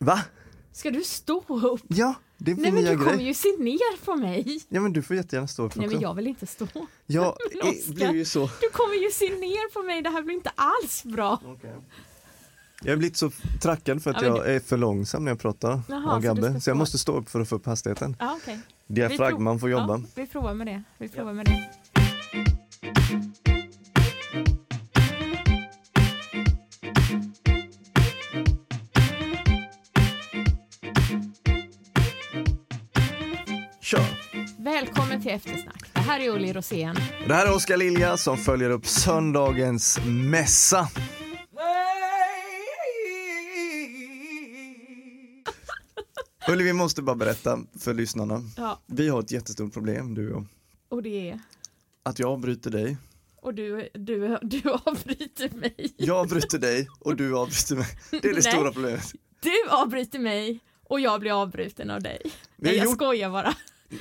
Va? Ska du stå upp? Ja, det är Nej, men du kommer ju se ner på mig. Ja, men du får jättegärna stå upp också. Nej, men jag vill inte stå. Ja, det blir ju så. Du kommer ju se ner på mig, det här blir inte alls bra. Okay. Jag har blivit så trackad för att jag är för långsam när jag pratar. Jaha, Gabbe, så jag måste stå upp för att få upp hastigheten. Ja, okay. Diafragman får jobba. Ja, vi provar med det. Med det. Kör. Välkommen till Eftersnack. Det här är Ulli Rosén. Det här är Oskar Lilja som följer upp söndagens mässa. Ulli, vi måste bara berätta för lyssnarna. Ja. Vi har ett jättestort problem, du och jag. Och det är? Att jag avbryter dig. Och du avbryter mig. Jag avbryter dig och du avbryter mig. Det är det stora problemet. Du avbryter mig och jag blir avbruten av dig. Nej, jag skojar bara.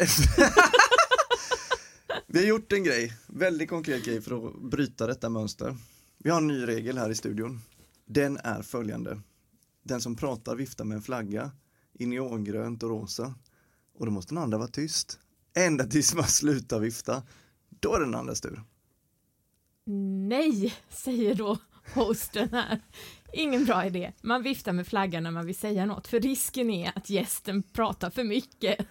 Vi har gjort en grej, väldigt konkret grej för att bryta detta mönster. Vi har en ny regel här i studion. Den är följande. Den som pratar viftar med en flagga i neongrönt och rosa. Och då måste den andra vara tyst. Ända tills man slutar vifta. Då är den andra tur. Nej, säger då hosten här. Ingen bra idé. Man viftar med flaggan när man vill säga något. För risken är att gästen pratar för mycket.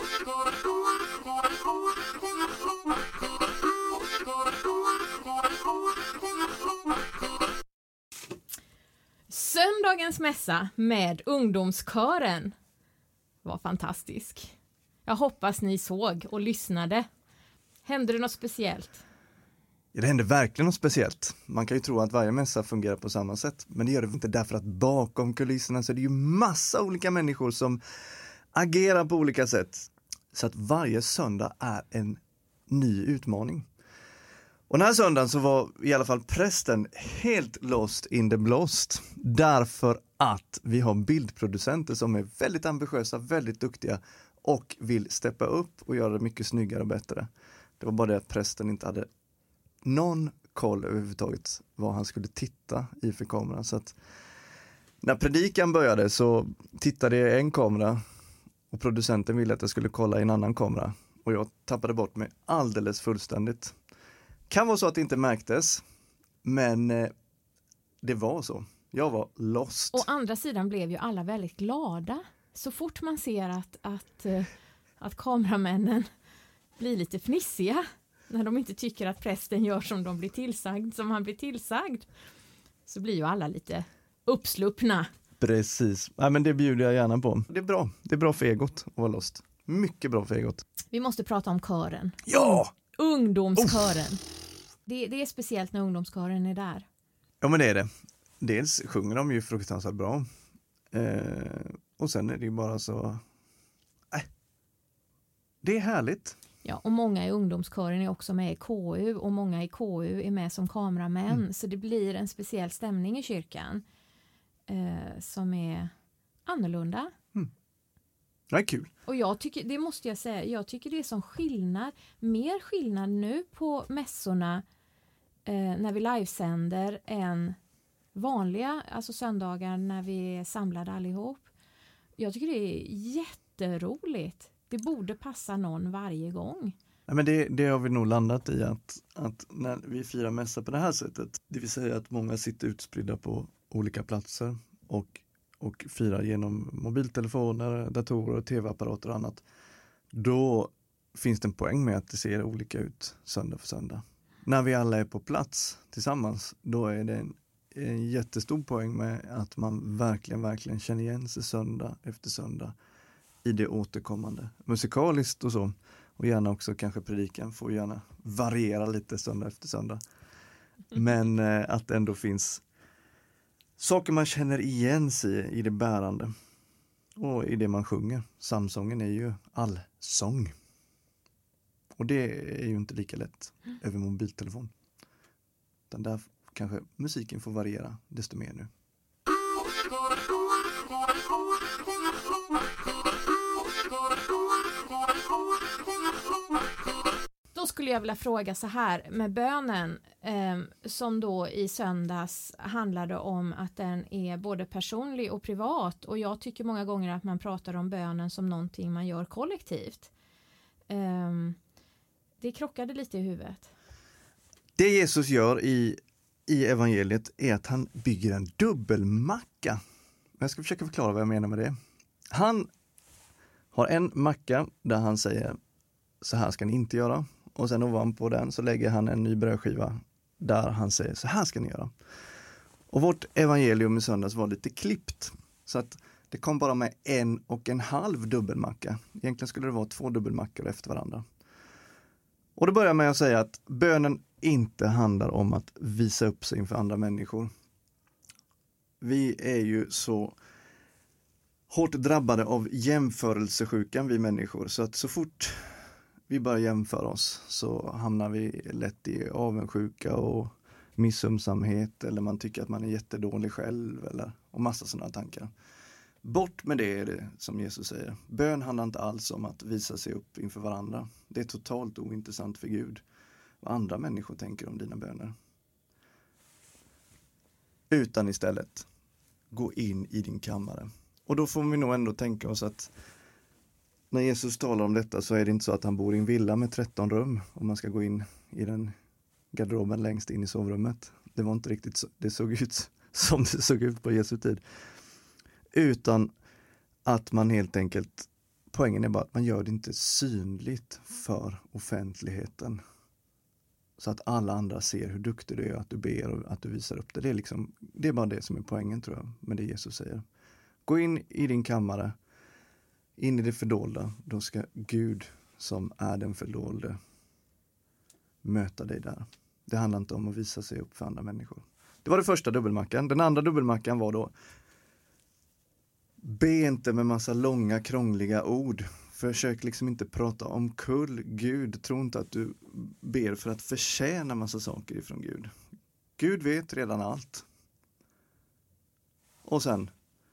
Söndagens mässa med ungdomskören var fantastisk. Jag hoppas ni såg och lyssnade. Hände det något speciellt? Ja, det hände verkligen något speciellt. Man kan ju tro att varje mässa fungerar på samma sätt. Men det gör det inte, därför att bakom kulisserna så är det ju massa olika människor som agerar på olika sätt. Så att varje söndag är en ny utmaning. Och den här söndagen så var i alla fall prästen helt lost in the blåst. Därför att vi har bildproducenter som är väldigt ambitiösa, väldigt duktiga och vill steppa upp och göra det mycket snyggare och bättre. Det var bara det att prästen inte hade någon koll överhuvudtaget vad han skulle titta i för kameran. Så att när predikan började så tittade jag i en kamera och producenten ville att jag skulle kolla i en annan kamera. Och jag tappade bort mig alldeles fullständigt. Kan vara så att det inte märktes, men det var så. Jag var lost. Å andra sidan blev ju alla väldigt glada. Så fort man ser att kameramännen blir lite fnissiga när de inte tycker att prästen gör som han blir tillsagd, så blir ju alla lite uppsluppna. Precis. Ja, men det bjuder jag gärna på. Det är bra. Det är bra för egot att vara lost. Mycket bra för egot. Vi måste prata om kören. Ja! Ungdomskören. Det är speciellt när ungdomskören är där. Ja, men det är det. Dels sjunger de ju fruktansvärt bra. Och sen är det ju bara så... Det är härligt. Ja, och många i ungdomskören är också med i KU. Och många i KU är med som kameramän. Så det blir en speciell stämning i kyrkan. Som är annorlunda. Det är kul. Och jag tycker, det måste jag säga, jag tycker det är som skillnad. Mer skillnad nu på mässorna när vi livesänder än vanliga, alltså söndagar när vi är samlade allihop. Jag tycker det är jätteroligt. Det borde passa någon varje gång. Ja, men det har vi nog landat i att när vi firar mässa på det här sättet, det vill säga att många sitter utspridda på olika platser och firar genom mobiltelefoner, datorer, tv-apparater och annat, då finns det en poäng med att det ser olika ut söndag för söndag. När vi alla är på plats tillsammans, då är det en jättestor poäng med att man verkligen känner igen sig söndag efter söndag i det återkommande. Musikaliskt och så, och gärna också kanske predikan får gärna variera lite söndag efter söndag. Men att det ändå finns saker man känner igen sig i det bärande och i det man sjunger. Psalmsången är ju allsång. Och det är ju inte lika lätt över mobiltelefon. Utan där kanske musiken får variera desto mer nu. Då skulle jag vilja fråga så här med bönen. som då i söndags handlade om att den är både personlig och privat, och jag tycker många gånger att man pratar om bönen som någonting man gör kollektivt. Det krockade lite i huvudet. Det Jesus gör i evangeliet är att han bygger en dubbelmacka. Jag ska försöka förklara vad jag menar med det. Han har en macka där han säger så här ska ni inte göra. Och sen ovanpå den så lägger han en ny brödskiva där han säger så här ska ni göra. Och vårt evangelium i söndags var lite klippt. Så att det kom bara med 1,5 dubbelmacka. Egentligen skulle det vara 2 dubbelmackor efter varandra. Och då börjar jag med att säga att bönen inte handlar om att visa upp sig inför andra människor. Vi är ju så hårt drabbade av jämförelsesjukan, vi människor. Så att så fort vi börjar jämföra oss så hamnar vi lätt i avundsjuka och missundsamhet. Eller man tycker att man är jättedålig själv. Och massa sådana tankar. Bort med det är det som Jesus säger. Bön handlar inte alls om att visa sig upp inför varandra. Det är totalt ointressant för Gud vad andra människor tänker om dina böner. Utan istället gå in i din kammare. Och då får vi nog ändå tänka oss att när Jesus talar om detta så är det inte så att han bor i en villa med 13 rum och man ska gå in i den garderoben längst in i sovrummet. Det var inte riktigt så, det såg ut som det såg ut på Jesu tid. Utan att man helt enkelt, poängen är bara att man gör det inte synligt för offentligheten. Så att alla andra ser hur duktig du är, att du ber och att du visar upp det. Det är bara det som är poängen tror jag med det Jesus säger. Gå in i din kammare, in i det fördolda. Då ska Gud som är den fördolde möta dig där. Det handlar inte om att visa sig upp för andra människor. Det var det första dubbelmackan. Den andra dubbelmackan var då: be inte med massa långa krångliga ord. Försök liksom inte prata om kull Gud. Tro inte att du ber för att förtjäna massa saker ifrån Gud. Gud vet redan allt. Och sen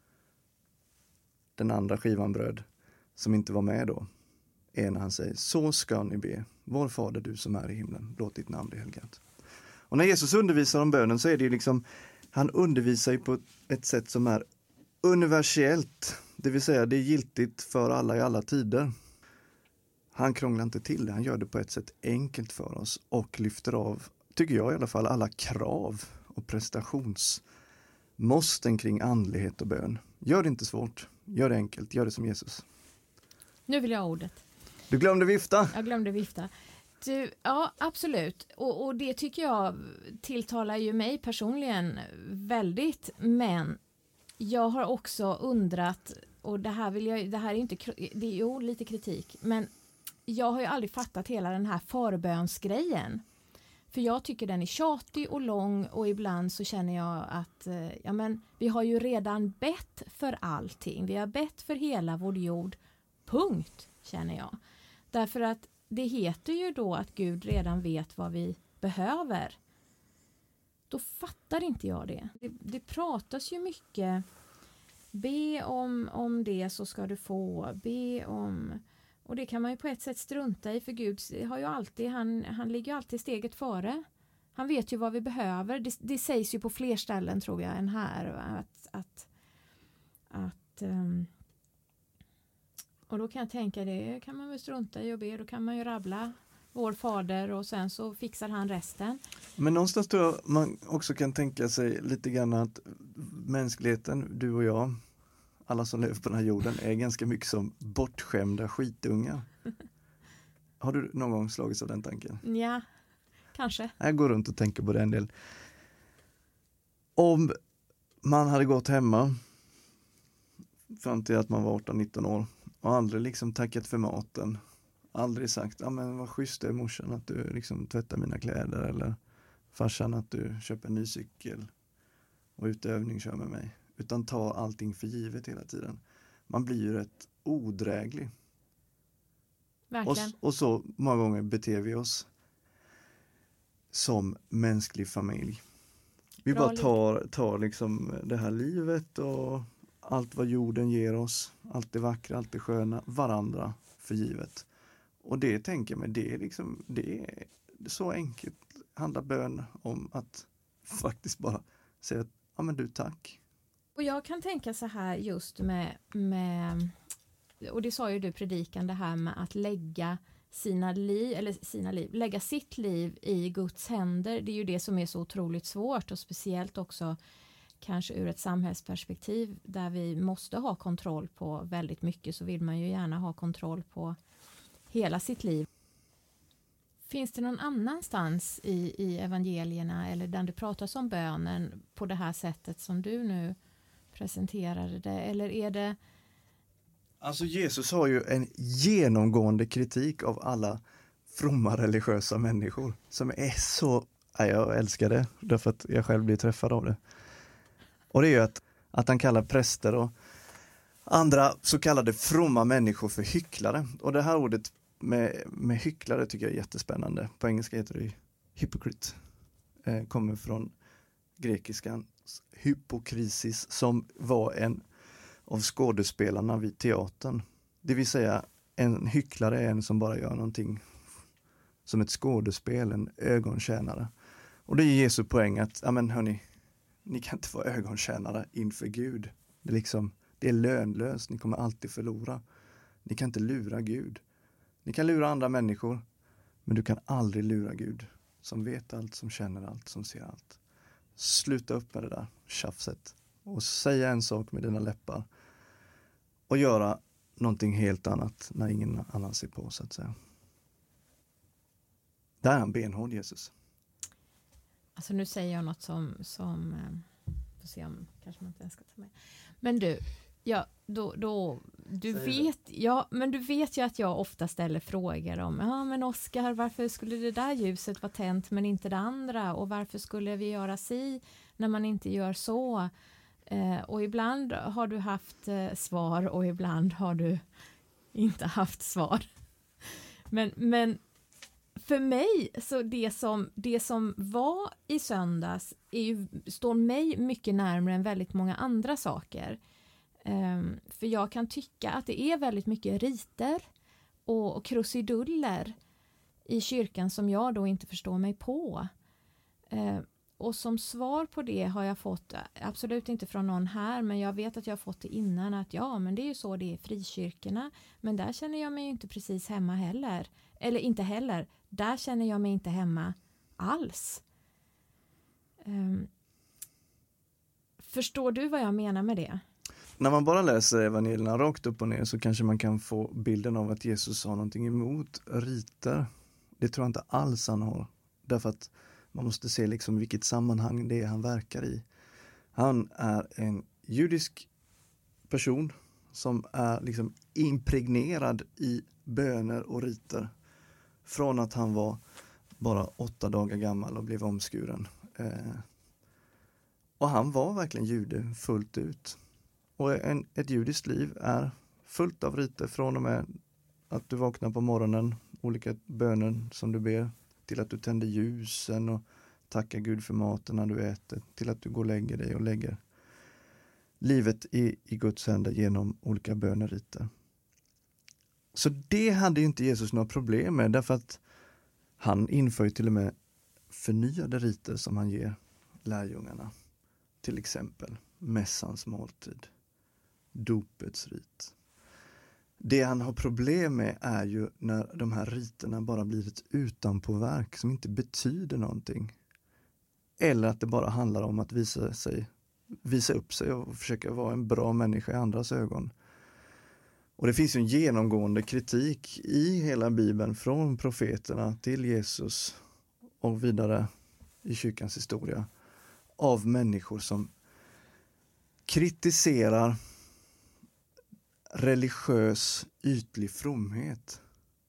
den andra skivan bröd som inte var med då är när han säger så ska ni be. Vår fader du som är i himlen, låt ditt namn bli helgat. Och när Jesus undervisar om bönen så är det ju liksom, han undervisar ju på ett sätt som är universellt. Det vill säga det är giltigt för alla i alla tider. Han krånglar inte till det. Han gör det på ett sätt enkelt för oss och lyfter av, tycker jag i alla fall, alla krav och prestationsmåsten kring andlighet och bön. Gör det inte svårt. Gör det enkelt. Gör det som Jesus. Nu vill jag ha ordet. Du glömde vifta. Jag glömde vifta. Ja, absolut. Och det tycker jag tilltalar ju mig personligen väldigt. Men jag har också undrat, och det här är inte, det är ju lite kritik, men jag har ju aldrig fattat hela den här förbönsgrejen. För jag tycker den är tjatig och lång, och ibland så känner jag att vi har ju redan bett för allting. Vi har bett för hela vår jord. Punkt, känner jag. Därför att det heter ju då att Gud redan vet vad vi behöver. Då fattar inte jag det. Det pratas ju mycket. Be om det så ska du få. Be om... Och det kan man ju på ett sätt strunta i, för Gud har ju alltid, han ligger ju alltid steget före. Han vet ju vad vi behöver. Det sägs ju på fler ställen tror jag än här. Och då kan jag tänka, det kan man väl strunta i och be. Då kan man ju rabbla vår fader och sen så fixar han resten. Men någonstans tror jag man också kan tänka sig lite grann att mänskligheten, du och jag, alla som lever på den här jorden, är ganska mycket som bortskämda skitungar. Har du någon gång slagits av den tanken? Ja, kanske. Jag går runt och tänker på det en del. Om man hade gått hemma fram till att man var 18-19 år och aldrig liksom tackat för maten, aldrig sagt, men vad schysst det är morsan att du liksom tvättar mina kläder, eller farsan att du köper en ny cykel och utövning kör med mig, utan ta allting för givet hela tiden. Man blir ju rätt odräglig. Verkligen. Och så många gånger beter vi oss som mänsklig familj. Vi Bra bara tar liksom det här livet och allt vad jorden ger oss, allt det vackra, allt det sköna, varandra för givet. Och det tänker jag mig, det är så enkelt handlar bön om att faktiskt bara säga att, ja men du, tack. Och jag kan tänka så här just med och det sa ju du predikan, det här med att lägga lägga sitt liv i Guds händer. Det är ju det som är så otroligt svårt, och speciellt också kanske ur ett samhällsperspektiv där vi måste ha kontroll på väldigt mycket, så vill man ju gärna ha kontroll på hela sitt liv. Finns det någon annanstans i evangelierna eller där du pratar om bönen på det här sättet som du nu presenterade det, eller är det... Alltså Jesus har ju en genomgående kritik av alla fromma religiösa människor som är så, jag älskar det därför att jag själv blir träffad av det. Och det är ju att han kallar präster och andra så kallade fromma människor för hycklare. Och det här ordet med hycklare tycker jag är jättespännande. På engelska heter det hypocrite. Kommer från grekiskan hypokrisis, som var en av skådespelarna vid teatern. Det vill säga, en hycklare är en som bara gör någonting som ett skådespel, en ögontjänare. Och det är Jesu poäng att, ja men hörni, ni kan inte vara ögontjänare inför Gud. Det är lönlöst, ni kommer alltid förlora. Ni kan inte lura Gud. Ni kan lura andra människor, men du kan aldrig lura Gud, som vet allt, som känner allt, som ser allt. Sluta upp med det där tjafset och säga en sak med dina läppar och göra någonting helt annat när ingen annan ser på, så att säga. Där är han benhård, Jesus. Alltså nu säger jag något som får se om kanske man inte ens ska ta med. Men du, ja, du vet ju att jag ofta ställer frågor om, men Oskar, varför skulle det där ljuset vara tänt men inte det andra, och varför skulle vi göra si när man inte gör så? Och ibland har du haft svar och ibland har du inte haft svar. Men för mig, så det som var i söndags står mig mycket närmare än väldigt många andra saker. För jag kan tycka att det är väldigt mycket riter och krusiduller i kyrkan som jag då inte förstår mig på. Och som svar på det har jag fått, absolut inte från någon här, men jag vet att jag har fått det innan, att men det är ju så det är i frikyrkorna, men där känner jag mig inte precis hemma heller. Eller inte heller, där känner jag mig inte hemma alls. Förstår du vad jag menar med det? När man bara läser evangelierna rakt upp och ner så kanske man kan få bilden av att Jesus har någonting emot riter. Det tror jag inte alls han har. Därför att man måste se vilket sammanhang det är han verkar i. Han är en judisk person som är impregnerad i böner och riter. Från att han var bara 8 dagar gammal och blev omskuren. Och han var verkligen jude fullt ut. Och ett judiskt liv är fullt av riter, från och med att du vaknar på morgonen, olika böner som du ber, till att du tänder ljusen och tackar Gud för maten när du äter, till att du går och lägger dig och lägger livet i Guds händer genom olika böneriter. Så det hade ju inte Jesus några problem med, därför att han inför ju till och med förnyade riter som han ger lärjungarna. Till exempel mässans måltid, dopets rit. Det han har problem med är ju när de här riterna bara blir ett utanpåverk som inte betyder någonting. Eller att det bara handlar om att visa upp sig och försöka vara en bra människa i andras ögon. Och det finns ju en genomgående kritik i hela Bibeln, från profeterna till Jesus och vidare i kyrkans historia, av människor som kritiserar religiös ytlig fromhet.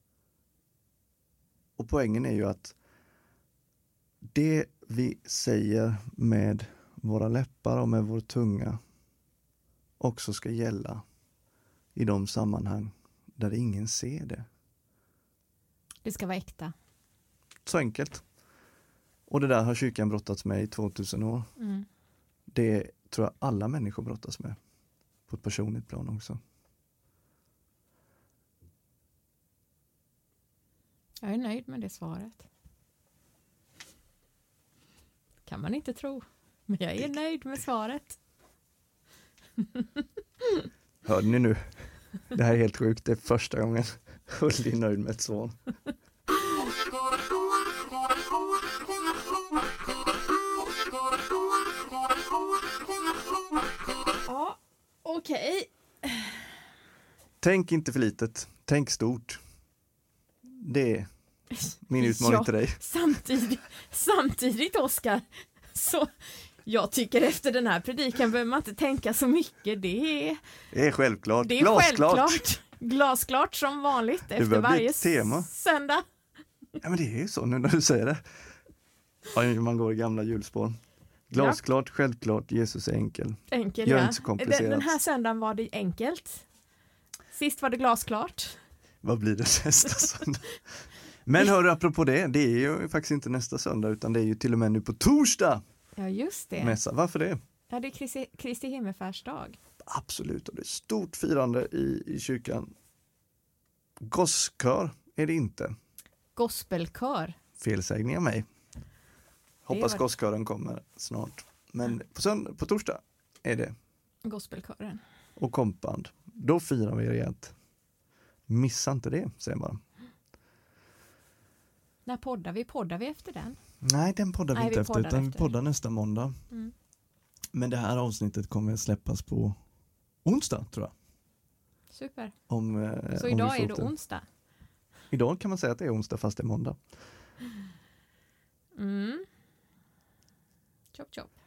Och poängen är ju att det vi säger med våra läppar och med vår tunga också ska gälla i de sammanhang där ingen ser det. Det ska vara äkta. Så enkelt. Och det där har kyrkan brottats med i 2000 år. Mm. Det tror jag alla människor brottas med. På ett personligt plan också. Jag är nöjd med det svaret. Kan man inte tro. Men jag är nöjd med svaret. Hörde ni nu? Det här är helt sjukt. Det är första gången Ulli är nöjd med ett svar. Ja, okej. Tänk inte för litet. Tänk stort. Det är min utmaning till dig. Samtidigt Oskar, så jag tycker efter den här predikan behöver man inte tänka så mycket. Det är självklart. Det är självklart. Glasklart som vanligt efter varje tema. Söndag. Ja, men det är ju så nu när du säger det. Ja, man går i gamla hjulspår. Glasklart, självklart, Jesus är enkel. Gör inte så komplicerat. Den här söndagen var det enkelt. Sist var det glasklart. Vad blir det nästa söndag? Men hörru, apropå det är ju faktiskt inte nästa söndag utan det är ju till och med nu på torsdag. Ja, just det. Mässa. Varför det? Ja, det är Kristi himmelfärdsdag. Absolut, och det är stort firande i kyrkan. Gosskör är det inte. Gospelkör. Felsägning av mig. Hoppas gosskören kommer snart. Men på torsdag är det. Gospelkören. Och kompband. Då firar vi rejält. Missa inte det, säger man. När poddar vi? Poddar vi efter den? Nej, den poddar vi inte efter, utan vi poddar nästa måndag. Mm. Men det här avsnittet kommer släppas på onsdag, tror jag. Super. Så idag är det onsdag? Idag kan man säga att det är onsdag fast det är måndag. Mm. Chop chop.